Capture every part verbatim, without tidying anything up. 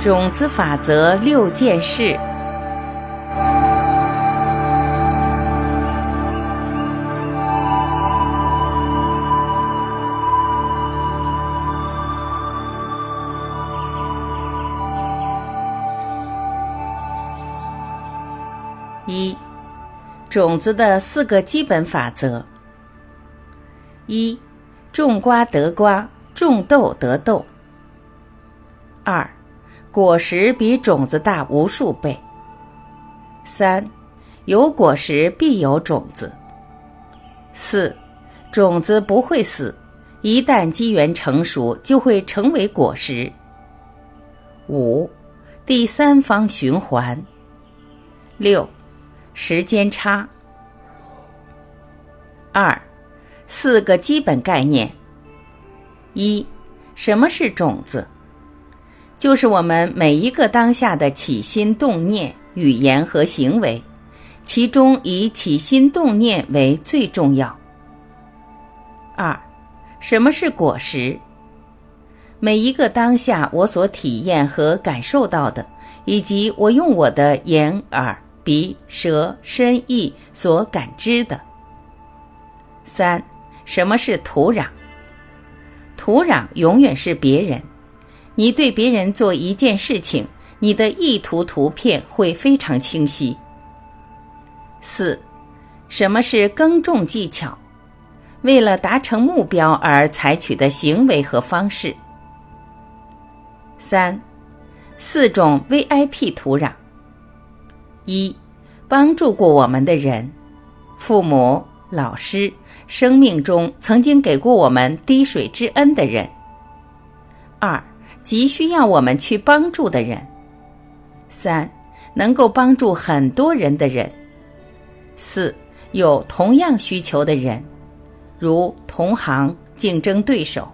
种子法则六件事。一、种子的四个基本法则。一、种瓜得瓜，种豆得豆。二、果实比种子大无数倍。三、有果实必有种子。四、种子不会死，一旦机缘成熟，就会成为果实。五、第三方循环。六、时间差。二、四个基本概念。一、什么是种子？就是我们每一个当下的起心动念、语言和行为，其中以起心动念为最重要。二、什么是果实？每一个当下我所体验和感受到的，以及我用我的眼、耳、鼻、舌、身、意所感知的。三、什么是土壤？土壤永远是别人。你对别人做一件事情，你的意图图片会非常清晰。四、什么是耕种技巧？为了达成目标而采取的行为和方式。三、四种 V I P 土壤。一、帮助过我们的人，父母、老师，生命中曾经给过我们滴水之恩的人。二、急需要我们去帮助的人。三、能够帮助很多人的人。四、有同样需求的人，如同行、竞争对手。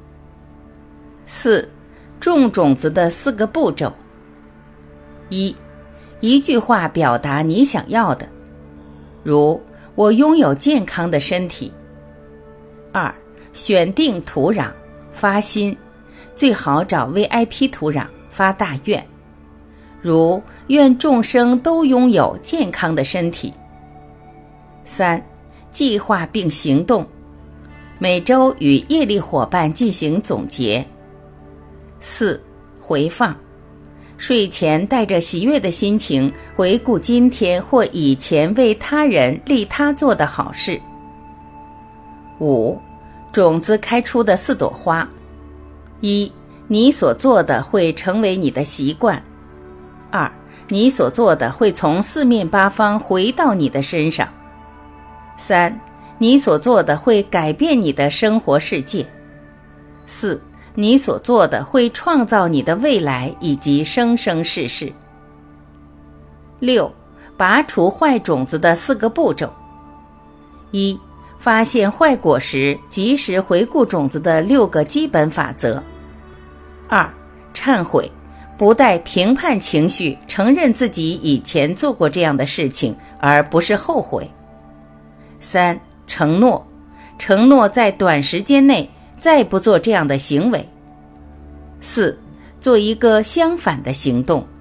四、种种子的四个步骤。一、一句话表达你想要的，如我拥有健康的身体。二、选定土壤，发心，最好找 V I P 土壤，发大愿，如愿众生都拥有健康的身体。三、计划并行动，每周与业力伙伴进行总结。四、回放，睡前带着喜悦的心情回顾今天或以前为他人利他做的好事。五、种子开出的四朵花。一、你所做的会成为你的习惯。二、你所做的会从四面八方回到你的身上。三、你所做的会改变你的生活世界。四、你所做的会创造你的未来以及生生世世。六、拔除坏种子的四个步骤。一、发现坏果实，及时回顾种子的六个基本法则。二、忏悔，不带评判情绪，承认自己以前做过这样的事情，而不是后悔。三、承诺，承诺在短时间内再不做这样的行为。四、做一个相反的行动。